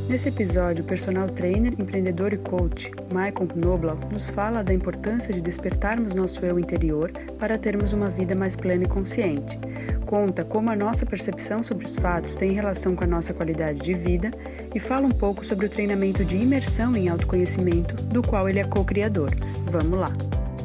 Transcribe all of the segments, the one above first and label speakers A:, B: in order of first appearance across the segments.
A: Nesse episódio, o personal trainer, empreendedor e coach, Michael Knoblau, nos fala da importância de despertarmos nosso eu interior para termos uma vida mais plena e consciente. Conta como a nossa percepção sobre os fatos tem relação com a nossa qualidade de vida e fala um pouco sobre o treinamento de imersão em autoconhecimento, do qual ele é co-criador. Vamos lá!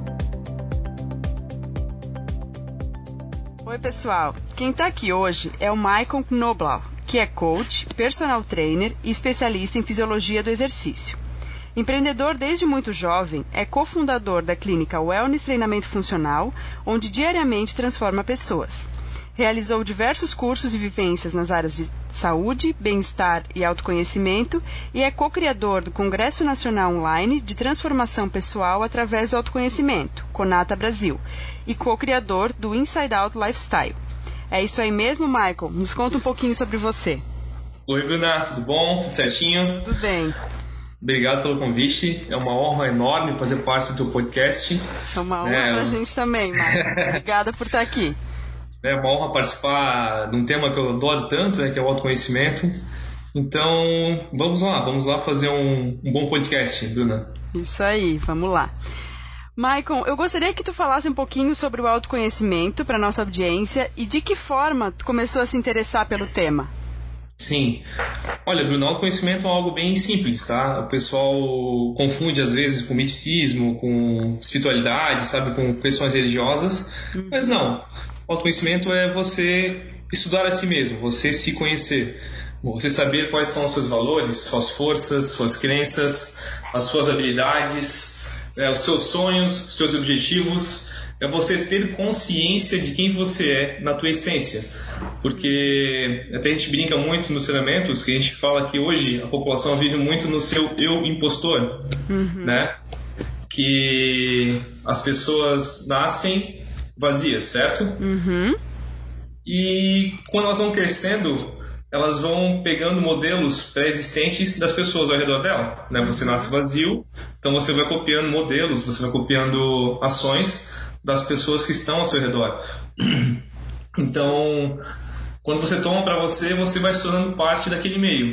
B: Oi, pessoal! Quem está aqui hoje é o Michael Knoblau, que é coach, personal trainer e especialista em fisiologia do exercício. Empreendedor desde muito jovem, é cofundador da clínica Wellness Treinamento Funcional, onde diariamente transforma pessoas. Realizou diversos cursos e vivências nas áreas de saúde, bem-estar e autoconhecimento e é co-criador do Congresso Nacional Online de Transformação Pessoal através do Autoconhecimento, Conata Brasil, e co-criador do Inside Out Lifestyle. É isso aí mesmo, Michael? Nos conta um pouquinho sobre você.
C: Oi, Bruna, tudo bom? Tudo certinho?
B: Tudo bem.
C: Obrigado pelo convite. É uma honra enorme fazer parte do teu podcast.
B: É uma honra pra gente também, Michael. Obrigada por estar aqui.
C: É uma honra participar de um tema que eu adoro tanto, que é o autoconhecimento. Então, vamos lá fazer um bom podcast, Bruna.
B: Isso aí, vamos lá. Michael, eu gostaria que tu falasse um pouquinho sobre o autoconhecimento para a nossa audiência e de que forma tu começou a se interessar pelo tema.
C: Sim. Olha, Bruno, autoconhecimento é algo bem simples, tá? O pessoal confunde às vezes com misticismo, com espiritualidade, sabe, com questões religiosas, mas não. Autoconhecimento é você estudar a si mesmo, você se conhecer, você saber quais são os seus valores, suas forças, suas crenças, as suas habilidades, os seus sonhos, os seus objetivos. É você ter consciência de quem você é na tua essência. Porque até a gente brinca muito nos treinamentos, que a gente fala que hoje a população vive muito no seu eu impostor, né? Que as pessoas nascem vazias, certo? E quando elas vão crescendo, elas vão pegando modelos pré-existentes das pessoas ao redor dela, né? Você nasce vazio, então você vai copiando modelos, você vai copiando ações das pessoas que estão ao seu redor. Então, quando você toma para você, você vai se tornando parte daquele meio.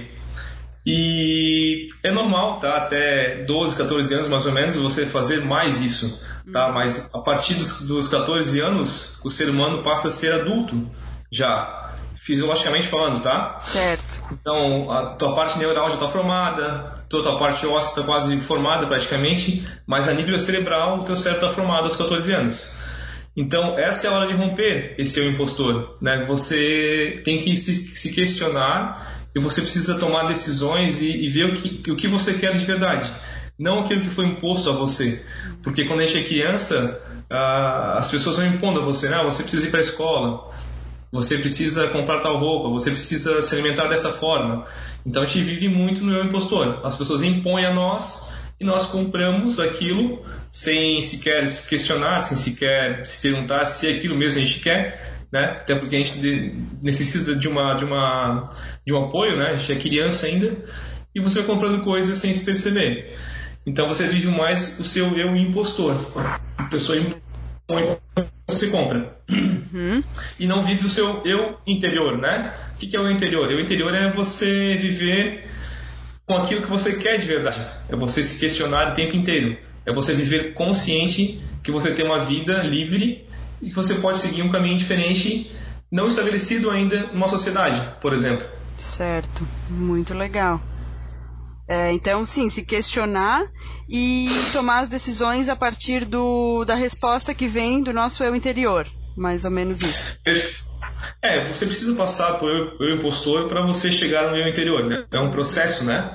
C: E é normal, tá? Até 12, 14 anos mais ou menos, você fazer mais isso, tá? Mas a partir dos 14 anos, o ser humano passa a ser adulto já, fisiologicamente falando, tá?
B: Certo.
C: Então, a tua parte neural já está formada, toda a tua parte óssea está quase formada praticamente, mas a nível cerebral, o teu cérebro está formado aos 14 anos. Então, essa é a hora de romper esse eu impostor, né? Você tem que se questionar e você precisa tomar decisões e ver o que você quer de verdade, não aquilo que foi imposto a você. Porque quando a gente é criança, as pessoas vão impondo a você, né? Você precisa ir para a escola, você precisa comprar tal roupa, você precisa se alimentar dessa forma. Então a gente vive muito no eu impostor. As pessoas impõem a nós e nós compramos aquilo sem sequer se questionar, sem sequer se perguntar se é aquilo mesmo que a gente quer, né? Até porque a gente necessita de um apoio, né? A gente é criança ainda e você vai comprando coisas sem se perceber. Então você vive mais o seu eu impostor. A pessoa impõe, você compra. E não vive o seu eu interior, né? O que é o eu interior? O eu interior é você viver com aquilo que você quer de verdade. É você se questionar o tempo inteiro. É você viver consciente que você tem uma vida livre e que você pode seguir um caminho diferente, não estabelecido ainda numa sociedade, por exemplo.
B: Certo, muito legal. Então, sim, se questionar e tomar as decisões a partir da resposta que vem do nosso eu interior. Mais ou menos isso.
C: Você precisa passar por eu impostor para você chegar no eu interior, né? É um processo, né?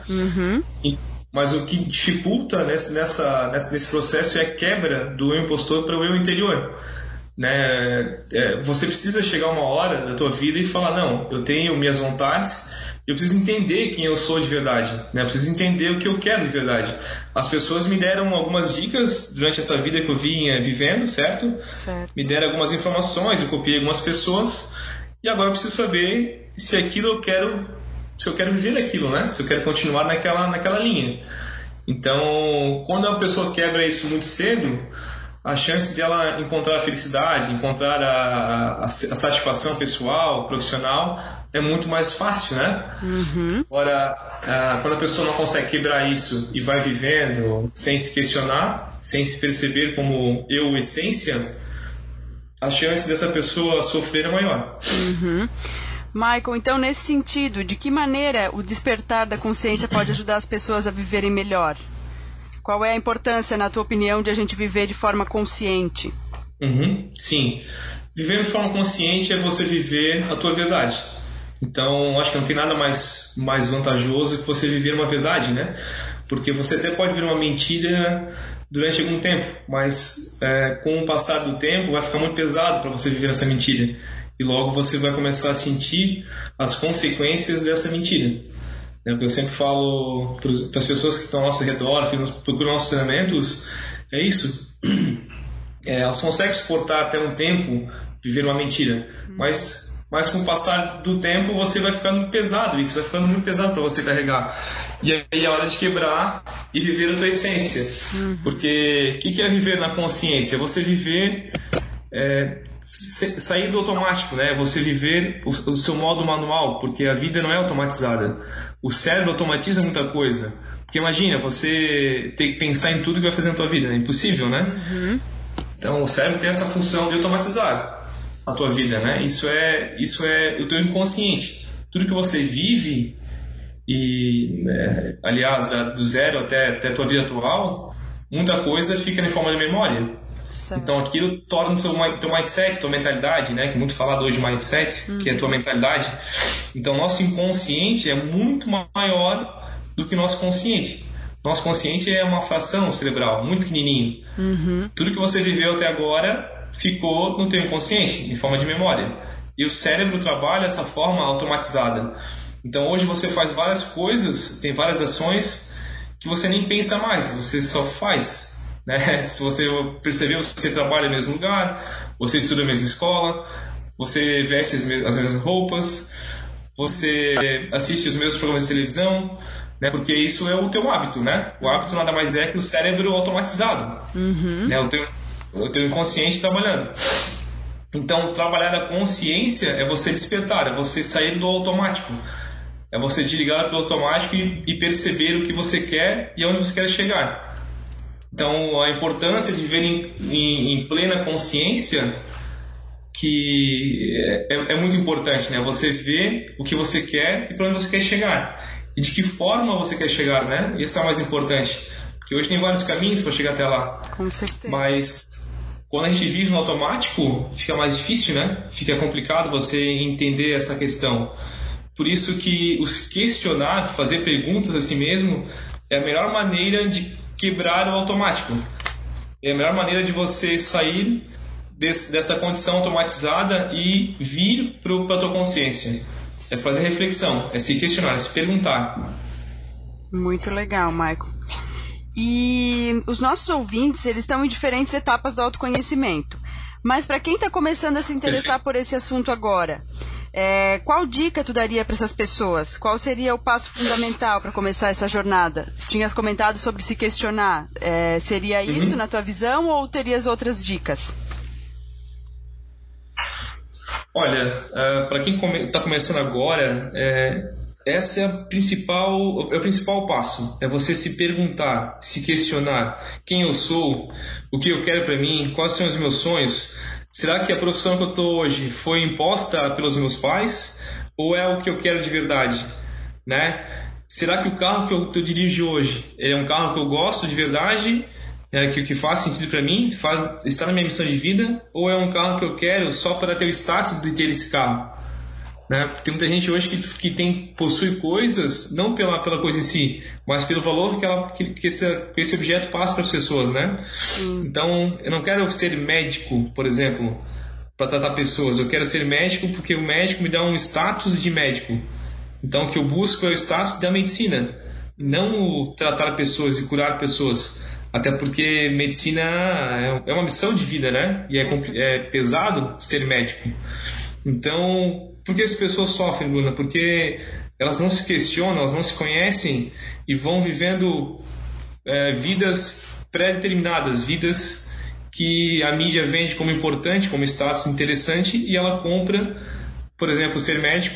C: Mas o que dificulta nesse processo é a quebra do eu impostor para o eu interior, né? Você precisa chegar uma hora da tua vida e falar, não, eu tenho minhas vontades, eu preciso entender quem eu sou de verdade, né? Eu preciso entender o que eu quero de verdade. As pessoas me deram algumas dicas durante essa vida que eu vinha vivendo, certo? Me deram algumas informações, eu copiei algumas pessoas e agora eu preciso saber se aquilo se eu quero viver aquilo, né? Se eu quero continuar naquela linha. Então, quando a pessoa quebra isso muito cedo, a chance dela encontrar a felicidade, encontrar a satisfação pessoal, profissional, é muito mais fácil, né? Agora, quando a pessoa não consegue quebrar isso e vai vivendo sem se questionar, sem se perceber como eu, essência, a chance dessa pessoa sofrer é maior.
B: Michael, então nesse sentido, de que maneira o despertar da consciência pode ajudar as pessoas a viverem melhor? Qual é a importância, na tua opinião, de a gente viver de forma consciente?
C: Sim. Viver de forma consciente é você viver a tua verdade. Então, acho que não tem nada mais vantajoso que você viver uma verdade, né? Porque você até pode viver uma mentira durante algum tempo, mas com o passar do tempo vai ficar muito pesado para você viver essa mentira. E logo você vai começar a sentir as consequências dessa mentira. Eu sempre falo para as pessoas que estão ao nosso redor, que procuram nossos treinamentos, é isso. Elas conseguem suportar até um tempo viver uma mentira, mas com o passar do tempo você vai ficando pesado, isso vai ficando muito pesado para você carregar. E aí é hora de quebrar e viver a tua essência. Porque o que é viver na consciência? É você viver, sair do automático, né? Você viver o seu modo manual, porque a vida não é automatizada. O cérebro automatiza muita coisa. Porque imagina, você ter que pensar em tudo que vai fazer na tua vida, é impossível, né? Então o cérebro tem essa função de automatizar a tua vida, né? Isso é o teu inconsciente. Tudo que você vive, e aliás, do zero até a tua vida atual, muita coisa fica em forma de memória. Certo. Então aquilo torna o teu mindset, tua mentalidade, né? Que é muito falado hoje de mindset, que é a tua mentalidade. Então nosso inconsciente é muito maior do que o nosso consciente. Nosso consciente é uma fração cerebral, muito pequenininho. Tudo que você viveu até agora ficou no teu inconsciente, em forma de memória. E o cérebro trabalha dessa forma automatizada. Então hoje você faz várias coisas, tem várias ações que você nem pensa mais, você só faz. Né? Se você perceber, você trabalha no mesmo lugar, você estuda na mesma escola, você veste as mesmas roupas, você assiste os mesmos programas de televisão, né? Porque isso é o teu hábito, né? O hábito nada mais é que o cérebro automatizado, né? O teu inconsciente trabalhando. Então, trabalhar a consciência é você despertar, é você sair do automático, é você desligar pelo automático e perceber o que você quer e aonde você quer chegar. Então, a importância de viver em plena consciência, que é muito importante, né? Você ver o que você quer e para onde você quer chegar. E de que forma você quer chegar, né? Isso é o mais importante. Porque hoje tem vários caminhos para chegar até lá.
B: Com certeza.
C: Mas quando a gente vive no automático, fica mais difícil, né? Fica complicado você entender essa questão. Por isso que os questionar, fazer perguntas a si mesmo, é a melhor maneira de quebrar o automático. É a melhor maneira de você sair dessa condição automatizada e vir para a tua consciência. É fazer reflexão, é se questionar, é se perguntar.
B: Muito legal, Michael. E os nossos ouvintes, eles estão em diferentes etapas do autoconhecimento. Mas para quem está começando a se interessar por esse assunto agora, qual dica tu daria para essas pessoas? Qual seria o passo fundamental para começar essa jornada? Tinhas comentado sobre se questionar. Seria isso na tua visão ou terias outras dicas?
C: Olha, para quem está começando agora, esse é o principal passo. É você se perguntar, se questionar quem eu sou, o que eu quero para mim, quais são os meus sonhos. Será que a profissão que eu estou hoje foi imposta pelos meus pais ou é o que eu quero de verdade? Né? Será que o carro que eu dirijo hoje é um carro que eu gosto de verdade? Que faz sentido para mim, está na minha missão de vida, ou é um carro que eu quero só para ter o status de ter esse carro, né? Tem muita gente hoje que possui coisas não pela coisa em si, mas pelo valor que esse objeto passa para as pessoas, né?
B: Sim.
C: Então eu não quero ser médico, por exemplo, para tratar pessoas. Eu quero ser médico porque o médico me dá um status de médico. Então o que eu busco é o status da medicina, não o tratar pessoas e curar pessoas. Até porque medicina é uma missão de vida, né? E é pesado ser médico. Então, por que as pessoas sofrem, Bruna? Porque elas não se questionam, elas não se conhecem e vão vivendo vidas pré-determinadas, vidas que a mídia vende como importante, como status interessante, e ela compra, por exemplo, ser médico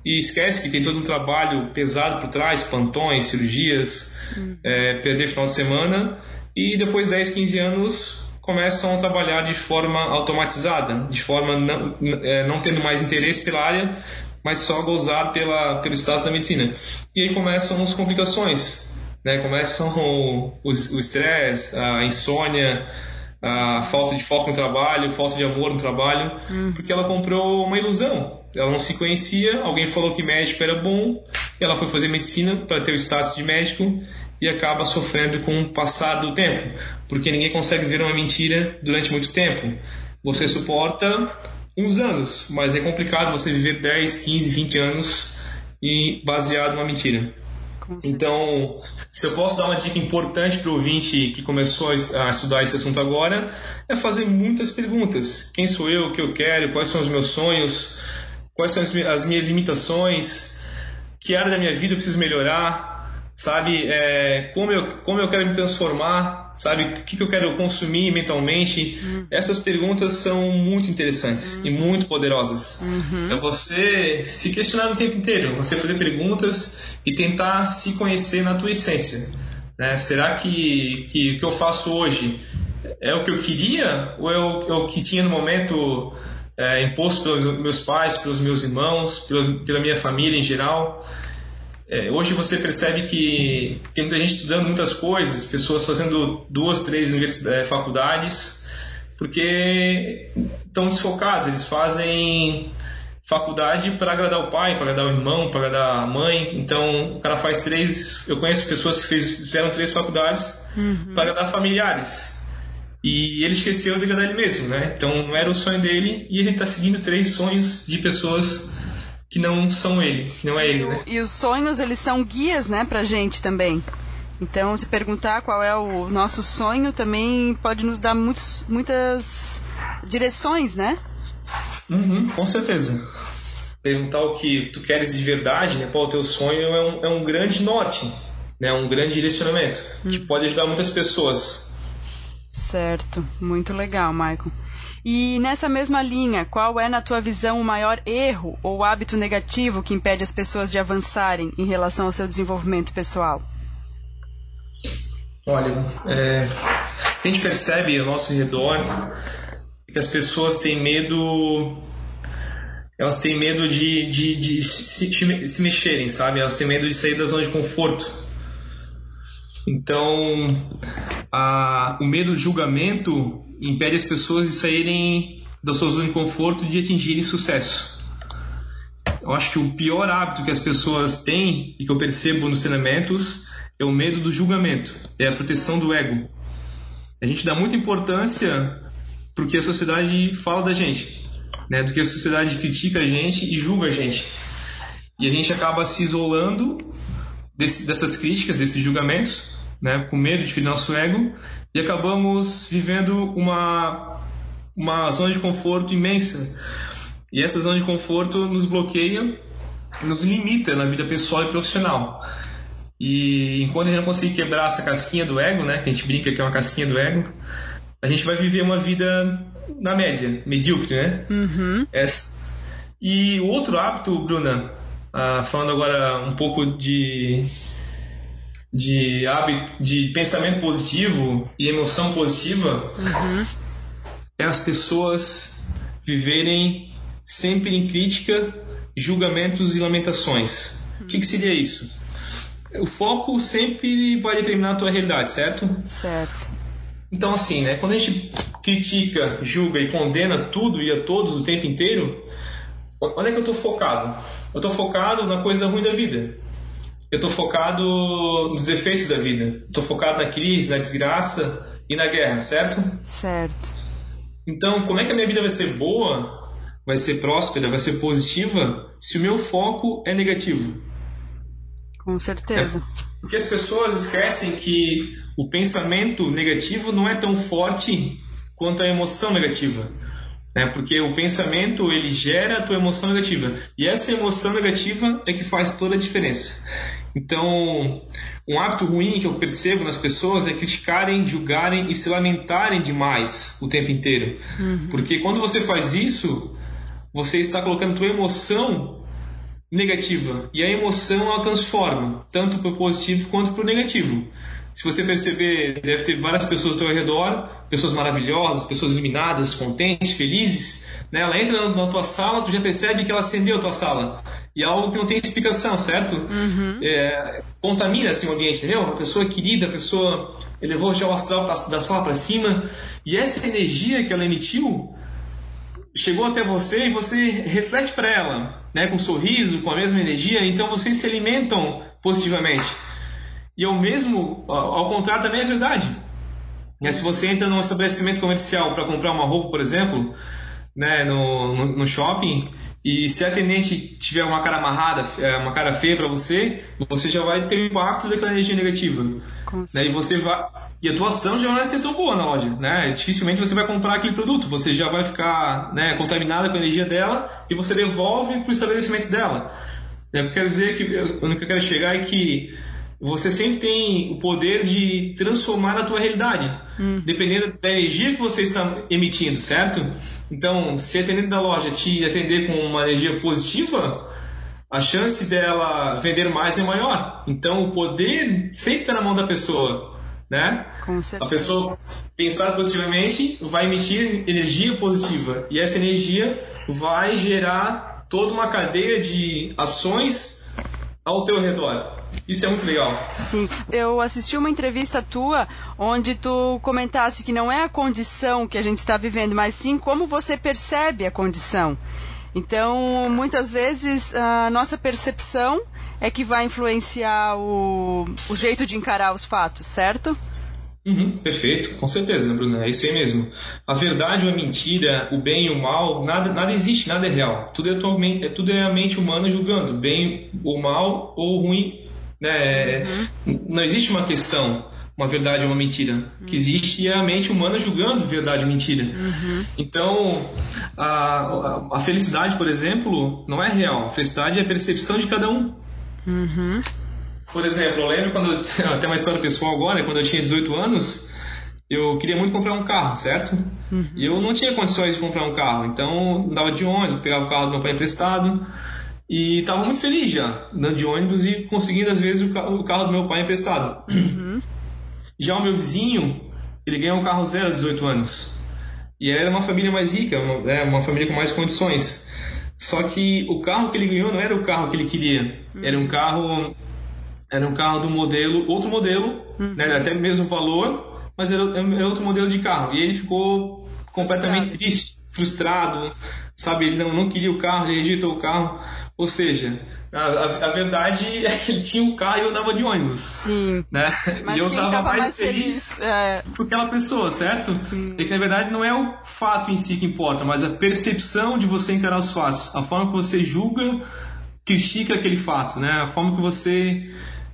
C: e esquece que tem todo um trabalho pesado por trás, plantões, cirurgias, perder final de semana, e depois de 10, 15 anos começam a trabalhar de forma automatizada, de forma não tendo mais interesse pela área, mas só gozar pelo status da medicina. E aí começam as complicações, né? Começam o estresse, a insônia, a falta de foco no trabalho, falta de amor no trabalho, porque ela comprou uma ilusão. Ela não se conhecia, alguém falou que médico era bom, e ela foi fazer medicina para ter o status de médico e acaba sofrendo com o passar do tempo, porque ninguém consegue ver uma mentira durante muito tempo. Você suporta uns anos, mas é complicado você viver 10, 15, 20 anos e baseado numa mentira. Então, se eu posso dar uma dica importante para o ouvinte que começou a estudar esse assunto agora, é fazer muitas perguntas. Quem sou eu? O que eu quero? Quais são os meus sonhos? Quais são as minhas limitações? Que área da minha vida eu preciso melhorar? Sabe? Como eu quero me transformar? Sabe? O que eu quero consumir mentalmente? Essas perguntas são muito interessantes e muito poderosas. É você se questionar o tempo inteiro, você fazer perguntas e tentar se conhecer na tua essência, né? Será que o que eu faço hoje é o que eu queria ou é o que tinha no momento imposto pelos meus pais, pelos meus irmãos, pela minha família em geral? Hoje você percebe que tem muita gente estudando muitas coisas, pessoas fazendo 2, 3 faculdades, porque estão desfocados. Eles fazem faculdade para agradar o pai, para agradar o irmão, para agradar a mãe. Então o cara faz 3. Eu conheço pessoas que fizeram 3 faculdades para agradar familiares. E ele esqueceu de agradar ele mesmo, né? Então não era o sonho dele e ele está seguindo 3 sonhos de pessoas que não são ele, que não é ele, né?
B: E os sonhos, eles são guias, né, pra gente também. Então, se perguntar qual é o nosso sonho também pode nos dar muitas direções, né?
C: Com certeza. Perguntar o que tu queres de verdade, né? Qual é o teu sonho é um grande norte, né? Um grande direcionamento que pode ajudar muitas pessoas.
B: Certo, muito legal, Maicon. E nessa mesma linha, qual é, na tua visão, o maior erro ou hábito negativo que impede as pessoas de avançarem em relação ao seu desenvolvimento pessoal?
C: Olha, a gente percebe ao nosso redor que as pessoas têm medo, elas têm medo de se mexerem, sabe? Elas têm medo de sair da zona de conforto. Então, o medo de julgamento impede as pessoas de saírem da sua zona de conforto e de atingirem sucesso. Eu acho que o pior hábito que as pessoas têm e que eu percebo nos treinamentos é o medo do julgamento, é a proteção do ego. A gente dá muita importância para o que a sociedade fala da gente, né? Do que a sociedade critica a gente e julga a gente. E a gente acaba se isolando dessas críticas, desses julgamentos, né? Com medo de ferir nosso ego, e acabamos vivendo uma zona de conforto imensa. E essa zona de conforto nos bloqueia, nos limita na vida pessoal e profissional. E enquanto a gente não conseguir quebrar essa casquinha do ego, né, que a gente brinca que é uma casquinha do ego, a gente vai viver uma vida na média, medíocre, né? E o outro hábito, Bruna, falando agora um pouco de hábito, de pensamento positivo e emoção positiva, é as pessoas viverem sempre em crítica, julgamentos e lamentações. O que seria isso? O foco sempre vai determinar a tua realidade, certo?
B: Certo.
C: Então, assim, né, quando a gente critica, julga e condena tudo e a todos o tempo inteiro, onde é que eu estou focado? Eu estou focado na coisa ruim da vida. Eu estou focado nos defeitos da vida. Estou focado na crise, na desgraça e na guerra, certo?
B: Certo.
C: Então, como é que a minha vida vai ser boa, vai ser próspera, vai ser positiva, se o meu foco é negativo?
B: Com certeza.
C: Porque as pessoas esquecem que o pensamento negativo não é tão forte quanto a emoção negativa. Porque o pensamento, ele gera a tua emoção negativa. E essa emoção negativa é que faz toda a diferença. Então, um hábito ruim que eu percebo nas pessoas é criticarem, julgarem e se lamentarem demais o tempo inteiro. Porque quando você faz isso, você está colocando a tua emoção negativa. E a emoção, ela transforma, tanto para o positivo quanto para o negativo. Se você perceber, deve ter várias pessoas ao teu redor, pessoas maravilhosas, pessoas iluminadas, contentes, felizes, né? Ela entra na tua sala, tu já percebe que ela acendeu a tua sala. E é algo que não tem explicação, certo? Contamina assim, o ambiente, entendeu? A pessoa querida, a pessoa elevou já o astral da sala para cima. E essa energia que ela emitiu chegou até você e você reflete para ela, né? Com um sorriso, com a mesma energia. Então vocês se alimentam positivamente. E ao contrário também é verdade. Se você entra num estabelecimento comercial para comprar uma roupa, por exemplo, né, no shopping, e se a atendente tiver uma cara amarrada, uma cara feia para você, você já vai ter o impacto daquela energia negativa. Né, e a tua ação já não vai ser tão boa na loja. Né? Dificilmente você vai comprar aquele produto, você já vai ficar, né, contaminada com a energia dela e você devolve para o estabelecimento dela. O que eu quero dizer o que eu quero chegar é que você sempre tem o poder de transformar a tua realidade, dependendo da energia que você está emitindo, certo? Então, se a atendente da loja te atender com uma energia positiva, a chance dela vender mais é maior. Então, o poder sempre está na mão da pessoa, né?
B: Com certeza.
C: A pessoa pensar positivamente vai emitir energia positiva. E essa energia vai gerar toda uma cadeia de ações ao teu redor. Isso é muito legal.
B: Sim, eu assisti uma entrevista tua onde tu comentasse que não é a condição que a gente está vivendo, mas sim como você percebe a condição. Então, muitas vezes, a nossa percepção é que vai influenciar o jeito de encarar os fatos, certo?
C: Perfeito, com certeza, Bruna, é isso aí mesmo. A verdade ou a mentira, o bem e o mal, nada existe, nada é real. Tudo é a mente humana julgando, bem ou mal ou ruim. Né? Não existe uma questão, uma verdade ou uma mentira. O que existe é a mente humana julgando verdade ou mentira. Então, a felicidade, por exemplo, não é real. A felicidade é a percepção de cada um. Por exemplo, eu lembro até uma história pessoal agora, quando eu tinha 18 anos, eu queria muito comprar um carro, certo? E eu não tinha condições de comprar um carro, então andava de ônibus, pegava o carro do meu pai emprestado. E estava muito feliz já, andando de ônibus e conseguindo às vezes o carro do meu pai emprestado. Já o meu vizinho, ele ganhou um carro zero aos 18 anos. E ele era uma família mais rica, uma família com mais condições. Só que o carro que ele ganhou não era o carro que ele queria. Era um carro do modelo, outro modelo, né, até mesmo valor, mas era outro modelo de carro. E ele ficou completamente triste, frustrado, sabe? Ele não queria o carro, ele rejeitou o carro. Ou seja, a verdade é que ele tinha um carro e eu andava de ônibus.
B: Sim.
C: Né?
B: Mas
C: e eu estava mais
B: feliz
C: por aquela pessoa, certo? É que na verdade não é o fato em si que importa, mas a percepção de você encarar os fatos, a forma que você julga, critica aquele fato, né? A forma que você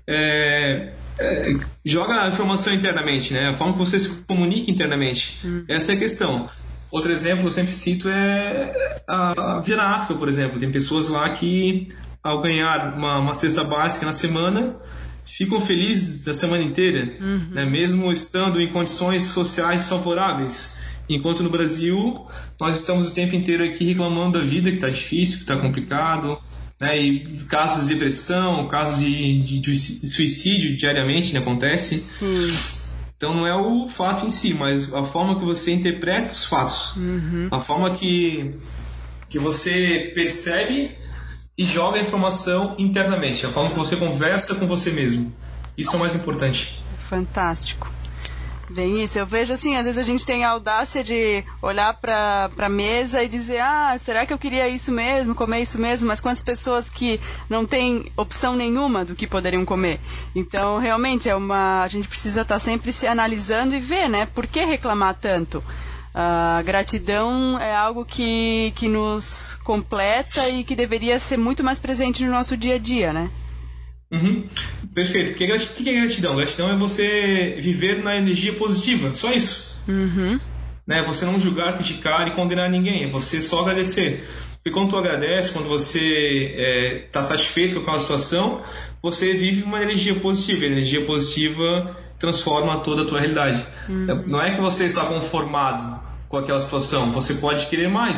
C: joga a informação internamente, né? A forma que você se comunica internamente. Essa é a questão. Outro exemplo que eu sempre cito é a Via na África, por exemplo. Tem pessoas lá que, ao ganhar uma cesta básica na semana, ficam felizes a semana inteira, né? Mesmo estando em condições sociais favoráveis. Enquanto no Brasil, nós estamos o tempo inteiro aqui reclamando da vida, que está difícil, que está complicado, né? E casos de depressão, casos de suicídio diariamente, né? Acontece.
B: Sim.
C: Então não é o fato em si, mas a forma que você interpreta os fatos. A forma que você percebe e joga a informação internamente. A forma que você conversa com você mesmo. Isso é o mais importante.
B: Fantástico. Bem isso, eu vejo assim, às vezes a gente tem a audácia de olhar para a mesa e dizer, será que eu queria isso mesmo, comer isso mesmo? Mas quantas pessoas que não têm opção nenhuma do que poderiam comer? Então, realmente, a gente precisa estar sempre se analisando e ver, né? Por que reclamar tanto? A gratidão é algo que nos completa e que deveria ser muito mais presente no nosso dia a dia, né?
C: Perfeito. O que é gratidão? Gratidão é você viver na energia positiva, só isso. Né? Você não julgar, criticar e condenar ninguém, é você só agradecer. Porque quando tu agradece, quando você está satisfeito com aquela situação, você vive uma energia positiva. A energia positiva transforma toda a tua realidade. Não é que você está conformado com aquela situação, você pode querer mais.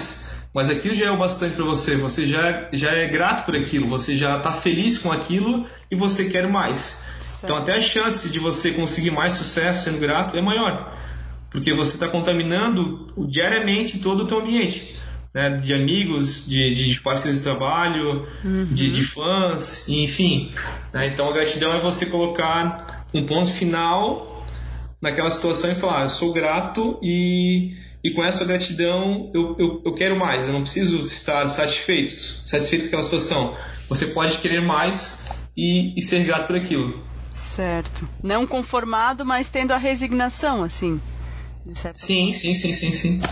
C: mas aquilo já é o bastante para você. Você já é grato por aquilo, você já está feliz com aquilo e você quer mais.
B: Certo.
C: Então até a chance de você conseguir mais sucesso sendo grato é maior, porque você está contaminando diariamente todo o teu ambiente, né? De amigos, de parceiros de trabalho, de fãs, enfim, né? Então a gratidão é você colocar um ponto final naquela situação e falar: eu sou grato e com essa gratidão eu quero mais, eu não preciso estar satisfeito com aquela situação. Você pode querer mais e ser grato por aquilo.
B: Certo. Não conformado, mas tendo a resignação, assim, de certa
C: forma. Sim.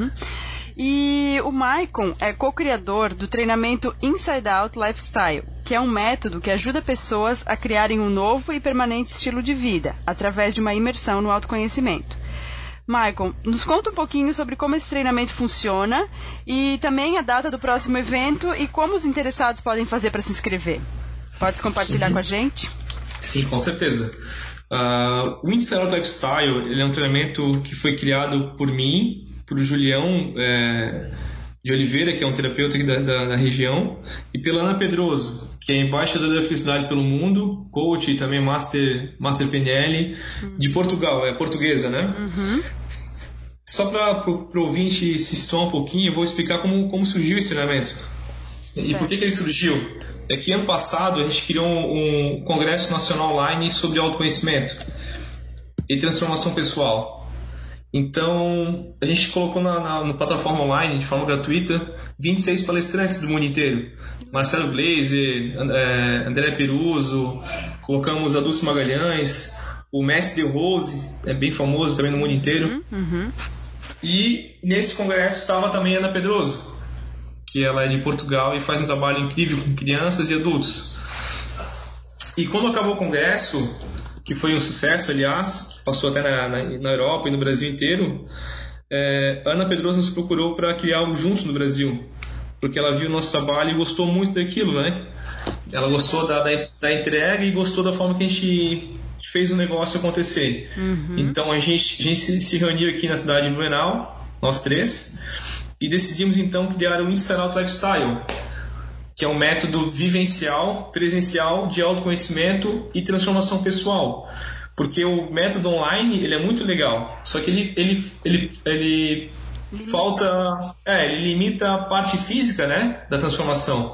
B: E o Maicon é co-criador do treinamento Inside Out Lifestyle, que é um método que ajuda pessoas a criarem um novo e permanente estilo de vida, através de uma imersão no autoconhecimento. Maicon, nos conta um pouquinho sobre como esse treinamento funciona e também a data do próximo evento e como os interessados podem fazer para se inscrever. Pode compartilhar com a gente?
C: Sim, com certeza. O Inside Out Lifestyle ele é um treinamento que foi criado por mim, por Julião de Oliveira, que é um terapeuta aqui da região, e pela Ana Pedroso, que é embaixadora da felicidade pelo mundo, coach e também master PNL de Portugal, é portuguesa, né? Só para o ouvinte se situar um pouquinho, eu vou explicar como surgiu esse treinamento. Certo. E por que ele surgiu? É que ano passado a gente criou um congresso nacional online sobre autoconhecimento e transformação pessoal. Então, a gente colocou na plataforma online, de forma gratuita, 26 palestrantes do mundo inteiro. Marcelo Gleiser, André Peruso, colocamos a Dulce Magalhães, o Mestre De Rose, é bem famoso também no mundo inteiro. E nesse congresso estava também a Ana Pedroso, que ela é de Portugal e faz um trabalho incrível com crianças e adultos. E quando acabou o congresso, que foi um sucesso, aliás, que passou até na Europa e no Brasil inteiro, Ana Pedroso nos procurou para criar algo juntos no Brasil, porque ela viu o nosso trabalho e gostou muito daquilo, né? Ela gostou da entrega e gostou da forma que a gente fez o negócio acontecer. Então a gente se reuniu aqui na cidade de Blumenau, nós três, e decidimos então criar o Inside Out Lifestyle, que é um método vivencial, presencial de autoconhecimento e transformação pessoal. Porque o método online ele é muito legal, só que ele falta, ele limita a parte física, né, da transformação,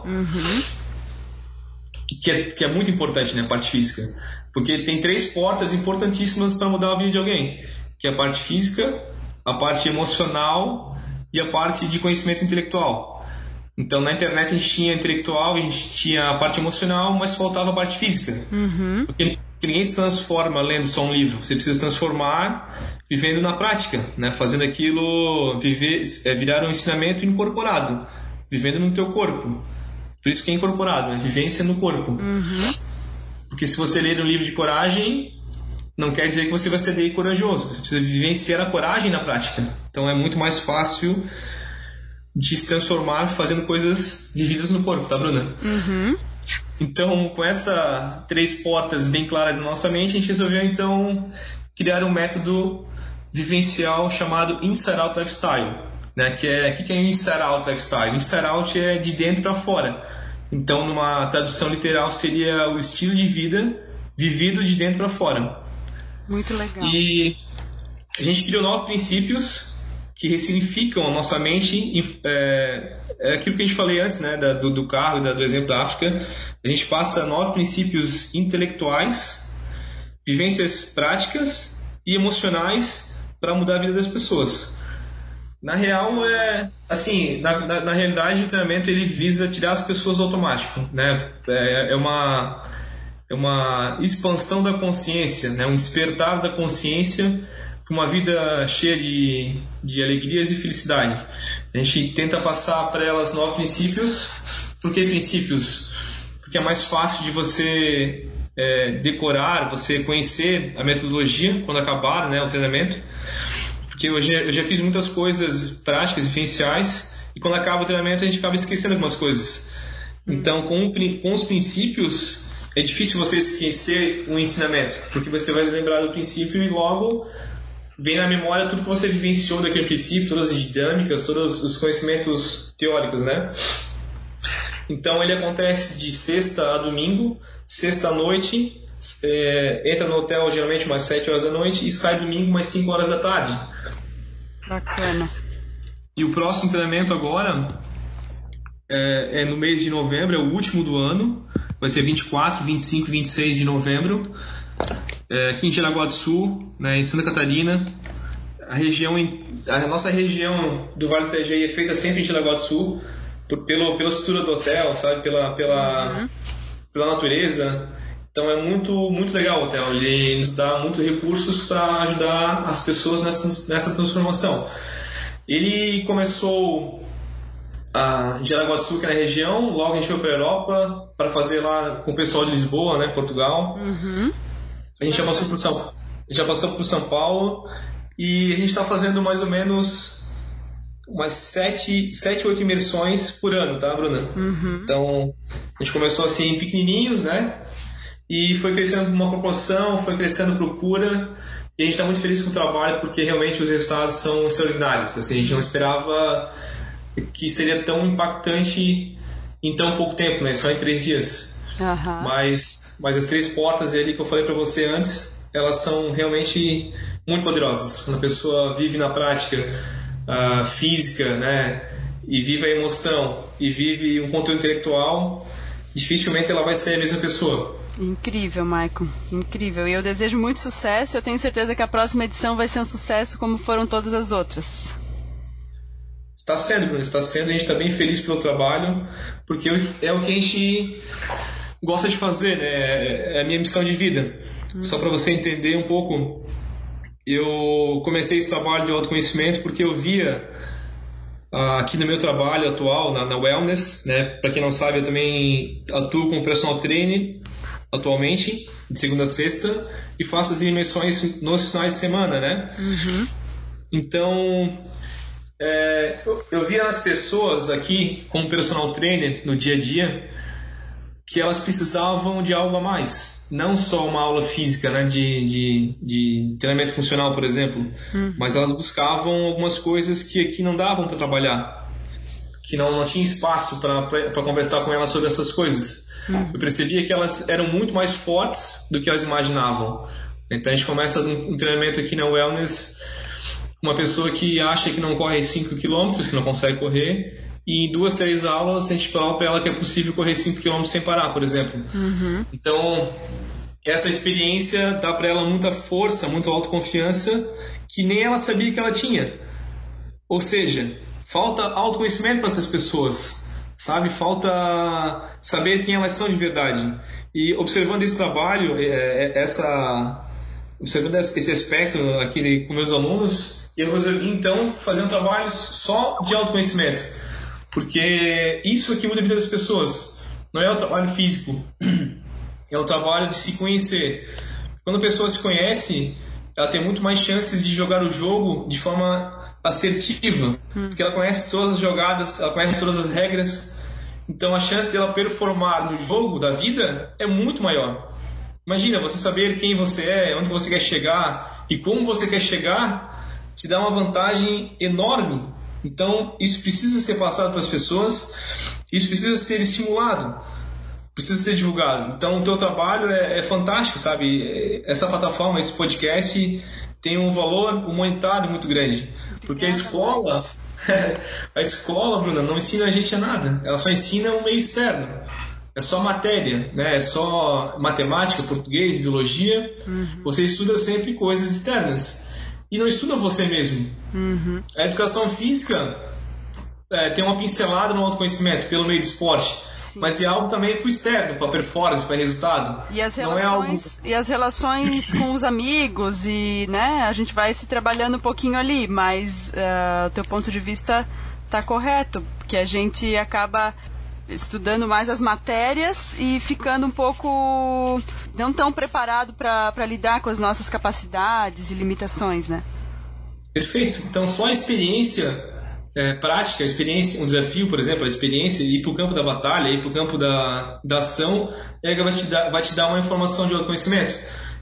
C: que é muito importante, né, a parte física, porque tem 3 portas importantíssimas para mudar a vida de alguém, que é a parte física, a parte emocional e a parte de conhecimento intelectual. Então na internet a gente tinha intelectual, a gente tinha a parte emocional, mas faltava a parte física. Porque ninguém se transforma lendo só um livro, você precisa se transformar vivendo na prática, né? Fazendo aquilo virar um ensinamento incorporado, vivendo no teu corpo. Por isso que é incorporado, né? Vivência no corpo. Porque se você ler um livro de coragem, não quer dizer que você vai ser corajoso, você precisa vivenciar a coragem na prática. Então é muito mais fácil de se transformar fazendo coisas vividas no corpo, tá, Bruna? Então, com essas 3 portas bem claras na nossa mente, a gente resolveu então criar um método vivencial chamado Inside Out Lifestyle, né? O que é Inside Out Lifestyle? Inside Out é de dentro para fora. Então, numa tradução literal, seria o estilo de vida vivido de dentro para fora.
B: Muito legal.
C: E a gente criou 9 princípios que ressignificam a nossa mente. É aquilo que a gente falei antes, né, do carro, do exemplo da África. A gente passa 9 princípios intelectuais, vivências práticas e emocionais para mudar a vida das pessoas. Na real, na realidade, o treinamento ele visa tirar as pessoas do automático, né? É uma expansão da consciência, né? Um despertar da consciência para uma vida cheia de alegrias e felicidade. A gente tenta passar para elas 9 princípios. Por que princípios? Porque é mais fácil de você decorar, você conhecer a metodologia quando acabar, né, o treinamento. Porque eu já fiz muitas coisas práticas, vivenciais, e quando acaba o treinamento a gente acaba esquecendo algumas coisas. Então, com os princípios, é difícil você esquecer um ensinamento, porque você vai lembrar do princípio e logo vem na memória tudo que você vivenciou daquele princípio, todas as dinâmicas, todos os conhecimentos teóricos, né? Então ele acontece de sexta a domingo, sexta à noite, entra no hotel geralmente umas 7 horas da noite e sai domingo umas 5 horas da tarde.
B: Bacana.
C: E o próximo treinamento agora é no mês de novembro, é o último do ano, vai ser 24, 25 e 26 de novembro, aqui em Jaraguá do Sul, né, em Santa Catarina. A nossa região do Vale do Itajaí é feita sempre em Jaraguá do Sul, pela estrutura do hotel, sabe, pela natureza. Então é muito, muito legal o hotel, ele nos dá muitos recursos para ajudar as pessoas nessa transformação. Ele começou em Jaraguá do Sul, que é na região, logo a gente foi para a Europa para fazer lá com o pessoal de Lisboa, né, Portugal. A gente já passou por São Paulo e a gente está fazendo mais ou menos umas 7, 8 imersões por ano, tá, Bruna? Então a gente começou assim pequenininhos, né, e foi crescendo uma proporção, foi crescendo procura. E a gente está muito feliz com o trabalho porque realmente os resultados são extraordinários. Assim, a gente não esperava que seria tão impactante em tão pouco tempo, né? Só em 3 dias. Mas as 3 portas ali que eu falei para você antes, elas são realmente muito poderosas. Quando a pessoa vive na prática física, né? E vive a emoção e vive um conteúdo intelectual, dificilmente ela vai ser a mesma pessoa.
B: Incrível, Maicon, incrível. E eu desejo muito sucesso. Eu tenho certeza que a próxima edição vai ser um sucesso como foram todas as outras.
C: Está sendo, Bruno, está sendo. A gente está bem feliz pelo trabalho, porque é o que a gente gosta de fazer, né? É a minha missão de vida. Só para você entender um pouco, eu comecei esse trabalho de autoconhecimento porque eu via aqui no meu trabalho atual, na Wellness, né? Para quem não sabe, eu também atuo como personal trainer atualmente, de segunda a sexta, e faço as imersões nos finais de semana, né? Então, eu via nas pessoas aqui, como personal trainer, no dia a dia, que elas precisavam de algo a mais. Não só uma aula física, né, de treinamento funcional, por exemplo, mas elas buscavam algumas coisas que aqui não davam para trabalhar, que não tinha espaço para conversar com elas sobre essas coisas. Eu percebia que elas eram muito mais fortes do que elas imaginavam. Então a gente começa um treinamento aqui na Wellness, uma pessoa que acha que não corre 5 km, que não consegue correr, e em 2, 3 aulas a gente fala para ela que é possível correr 5 km sem parar, por exemplo. Então essa experiência dá para ela muita força, muita autoconfiança que nem ela sabia que ela tinha. Ou seja, falta autoconhecimento para essas pessoas, sabe? Falta saber quem elas são de verdade. E observando esse trabalho, observando esse aspecto aqui com meus alunos, eu resolvi então fazer um trabalho só de autoconhecimento, porque isso aqui muda a vida das pessoas. Não é o trabalho físico, é o trabalho de se conhecer. Quando a pessoa se conhece, ela tem muito mais chances de jogar o jogo de forma assertiva, porque ela conhece todas as jogadas, ela conhece todas as regras. Então a chance dela performar no jogo da vida é muito maior. Imagina, você saber quem você é, onde você quer chegar e como você quer chegar, te dá uma vantagem enorme. Então isso precisa ser passado para as pessoas, isso precisa ser estimulado, precisa ser divulgado. Então o teu trabalho é fantástico, sabe? Essa plataforma, esse podcast tem um valor humanitário muito grande, porque a escola, Bruna, não ensina a gente a nada, ela só ensina um meio externo. É só matéria, né? É só matemática, português, biologia. Você estuda sempre coisas externas e não estuda você mesmo. A educação física tem uma pincelada no autoconhecimento pelo meio do esporte. Sim. Mas é algo também para o externo, para performance, para resultado.
B: E as relações com os amigos, e, né, a gente vai se trabalhando um pouquinho ali, mas o teu ponto de vista está correto, porque a gente acaba estudando mais as matérias e ficando um pouco não tão preparado para lidar com as nossas capacidades e limitações, né?
C: Perfeito. Então só a experiência prática, a experiência, um desafio, por exemplo, a experiência, ir para o campo da batalha, ir para o campo da ação, vai te dar uma informação de autoconhecimento.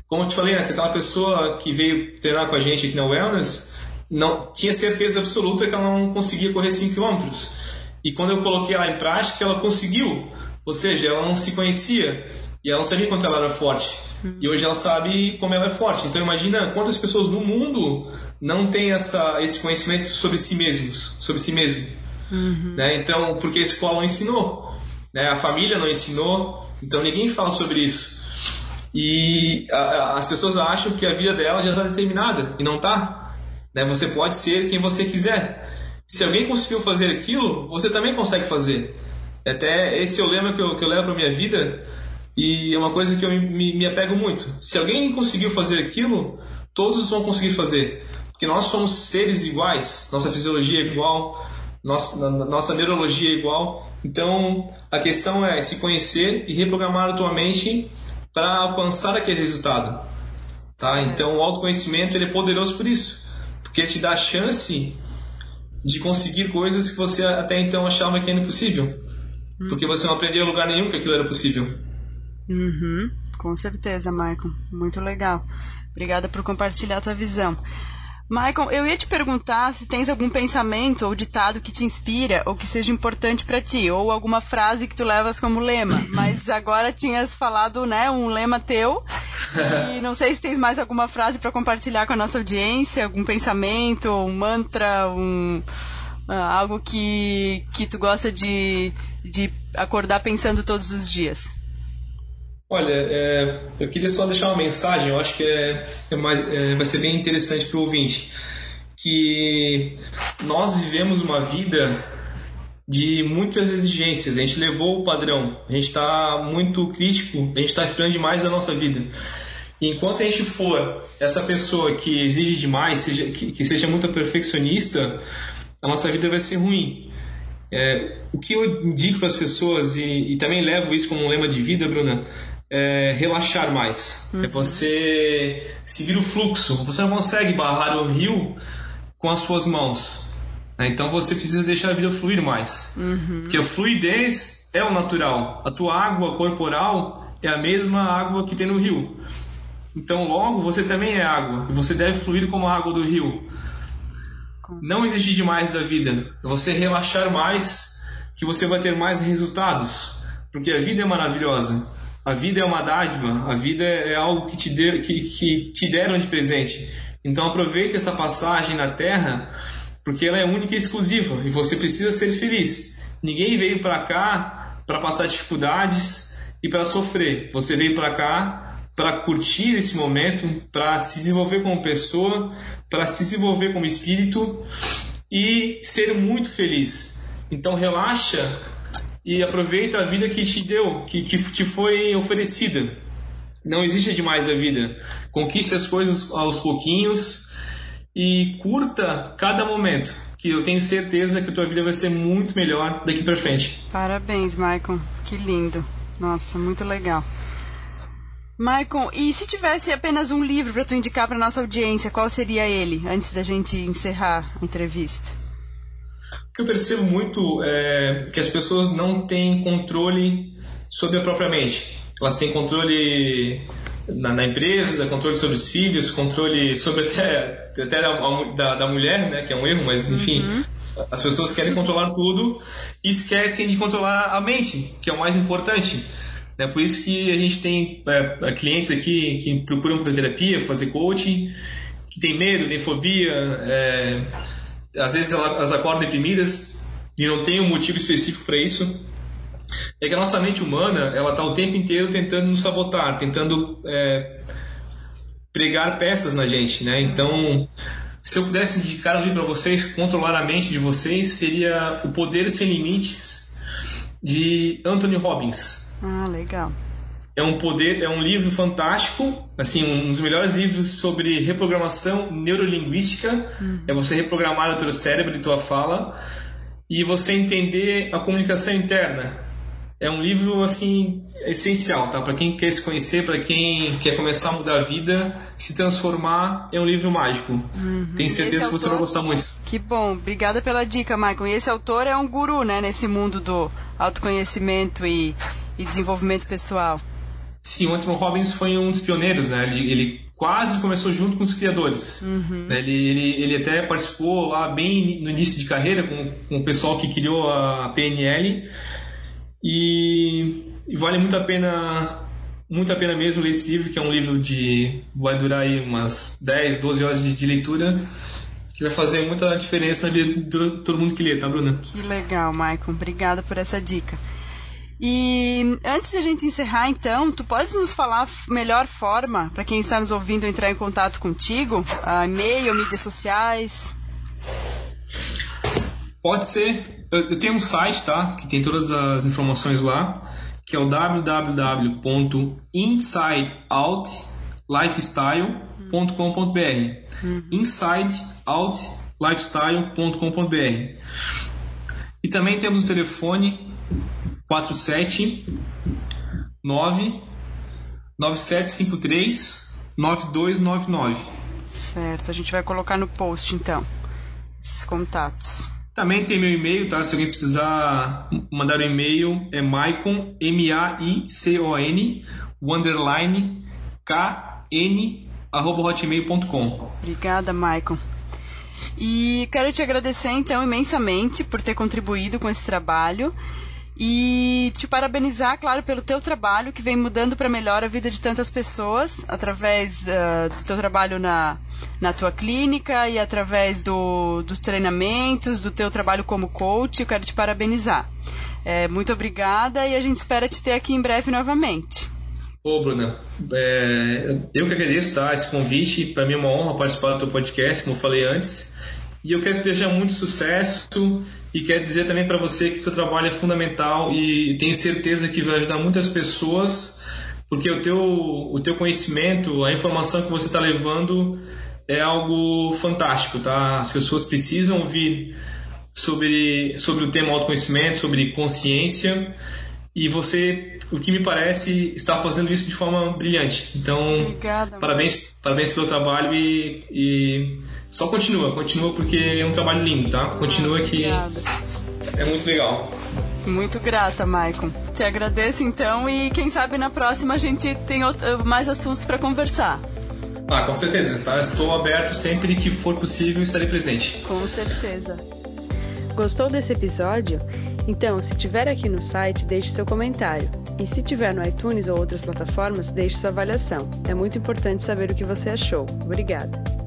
C: como eu te falei, se aquela pessoa que veio treinar com a gente aqui na Wellness não tinha certeza absoluta que ela não conseguia correr 5 km. E quando eu coloquei ela em prática, ela conseguiu. Ou seja, ela não se conhecia e ela não sabia quanto ela era forte. E hoje ela sabe como ela é forte. Então imagina quantas pessoas no mundo não têm esse conhecimento sobre si mesmos, sobre si mesmo. Né? Então, porque a escola não ensinou, né? A família não ensinou, então ninguém fala sobre isso. E as pessoas acham que a vida dela já está determinada, e não está. Né? Você pode ser quem você quiser. Se alguém conseguiu fazer aquilo, você também consegue fazer. Até esse é o lema que eu levo para a minha vida, e é uma coisa que eu me apego muito. Se alguém conseguiu fazer aquilo, todos vão conseguir fazer. Porque nós somos seres iguais, nossa fisiologia é igual, nossa neurologia é igual. Então a questão é se conhecer e reprogramar a tua mente para alcançar aquele resultado, tá? Então o autoconhecimento ele é poderoso por isso, porque ele te dá a chance de conseguir coisas que você até então achava que era impossível, porque você não aprendeu em lugar nenhum que aquilo era possível.
B: Com certeza, Maicon, muito legal. Obrigada por compartilhar a tua visão. Maicon, eu ia te perguntar se tens algum pensamento ou ditado que te inspira ou que seja importante para ti, ou alguma frase que tu levas como lema, mas agora tinhas falado, né, um lema teu, e não sei se tens mais alguma frase para compartilhar com a nossa audiência, algum pensamento, um mantra, algo que tu gosta de acordar pensando todos os dias.
C: Olha, eu queria só deixar uma mensagem, eu acho que vai ser bem interessante para o ouvinte, que nós vivemos uma vida de muitas exigências, a gente levou o padrão, a gente está muito crítico, a gente está esperando demais da nossa vida. E enquanto a gente for essa pessoa que exige demais, que seja muito perfeccionista, a nossa vida vai ser ruim. O que eu indico para as pessoas, e também levo isso como um lema de vida, Bruna, é relaxar mais. É você seguir o fluxo. Você não consegue barrar o rio com as suas mãos. Então você precisa deixar a vida fluir mais. Porque a fluidez é o natural. A tua água corporal é a mesma água que tem no rio. Então logo você também é água. E você deve fluir como a água do rio. Não exigir demais da vida. É você relaxar mais, que você vai ter mais resultados. Porque a vida é maravilhosa. A vida é uma dádiva, a vida é algo que te deram de presente. Então aproveite essa passagem na Terra, porque ela é única e exclusiva, e você precisa ser feliz. Ninguém veio para cá para passar dificuldades e para sofrer. Você veio para cá para curtir esse momento, para se desenvolver como pessoa, para se desenvolver como espírito e ser muito feliz. Então relaxa e aproveita a vida que te deu, que te foi oferecida. Não existe demais a vida. Conquiste as coisas aos pouquinhos e curta cada momento, que eu tenho certeza que a tua vida vai ser muito melhor daqui para frente.
B: Parabéns, Maicon. Que lindo. Nossa, muito legal. Maicon, e se tivesse apenas um livro para tu indicar para nossa audiência, qual seria ele, antes da gente encerrar a entrevista?
C: O que eu percebo muito é que as pessoas não têm controle sobre a própria mente. Elas têm controle na empresa, controle sobre os filhos, controle sobre até da mulher, né, que é um erro, mas enfim, as pessoas querem controlar tudo e esquecem de controlar a mente, que é o mais importante. É por isso que a gente tem clientes aqui que procuram fazer terapia, fazer coaching, que tem medo, tem fobia, às vezes elas acordam deprimidas e não tem um motivo específico para isso. É que a nossa mente humana, ela está o tempo inteiro tentando nos sabotar, tentando pregar peças na gente, né? Então, se eu pudesse indicar um livro para vocês, controlar a mente de vocês, seria O Poder Sem Limites, de Anthony Robbins.
B: Ah, legal.
C: É um livro fantástico, assim, um dos melhores livros sobre reprogramação neurolinguística. É você reprogramar o teu cérebro e tua fala e você entender a comunicação interna. É um livro, assim, essencial, tá? Para quem quer se conhecer, para quem quer começar a mudar a vida, se transformar, é um livro mágico. Tenho certeza que você vai gostar muito.
B: Que bom, obrigada pela dica, Maicon. E esse autor é um guru, né, nesse mundo do autoconhecimento e desenvolvimento pessoal.
C: Sim, o Anthony Robbins foi um dos pioneiros, né? Ele quase começou junto com os criadores. Ele até participou lá bem no início de carreira com o pessoal que criou a PNL e vale muito a pena mesmo ler esse livro, que é um livro vai durar aí umas 10, 12 horas de leitura, que vai fazer muita diferença na vida de todo mundo que lê, tá, Bruna?
B: Que legal, Maicon. Obrigada por essa dica. E antes de a gente encerrar, então, tu podes nos falar a melhor forma para quem está nos ouvindo entrar em contato contigo? E-mail, mídias sociais?
C: Pode ser. Eu tenho um site, tá? Que tem todas as informações lá, que é o www.insideoutlifestyle.com.br. Insideoutlifestyle.com.br. E também temos o telefone 479-9753-9299.
B: Certo, a gente vai colocar no post, então, esses contatos.
C: Também tem meu e-mail, tá? Se alguém precisar mandar um e-mail, é Maicon, M-A-I-C-O-N, _KN@hotmail.com.
B: Obrigada, Maicon. E quero te agradecer, então, imensamente por ter contribuído com esse trabalho e te parabenizar, claro, pelo teu trabalho que vem mudando para melhor a vida de tantas pessoas através do teu trabalho na tua clínica e através dos treinamentos, do teu trabalho como coach. Eu quero te parabenizar. Muito obrigada e a gente espera te ter aqui em breve novamente.
C: Ô, Bruna, eu que agradeço, tá, esse convite. Para mim é uma honra participar do teu podcast, como eu falei antes. E eu quero que desejar muito sucesso e quero dizer também para você que o teu trabalho é fundamental e tenho certeza que vai ajudar muitas pessoas, porque o teu conhecimento, a informação que você está levando é algo fantástico, tá? As pessoas precisam ouvir sobre o tema autoconhecimento, sobre consciência, e você, o que me parece, está fazendo isso de forma brilhante. Então,
B: obrigada,
C: parabéns pelo trabalho e só continua porque é um trabalho lindo, tá? Continua que é muito legal.
B: Muito grata, Maicon. Te agradeço, então, e quem sabe na próxima a gente tem mais assuntos para conversar.
C: Com certeza, tá? Estou aberto sempre que for possível, estarei presente.
B: Com certeza.
A: Gostou desse episódio? Então, se tiver aqui no site, deixe seu comentário. E se tiver no iTunes ou outras plataformas, deixe sua avaliação. É muito importante saber o que você achou. Obrigada!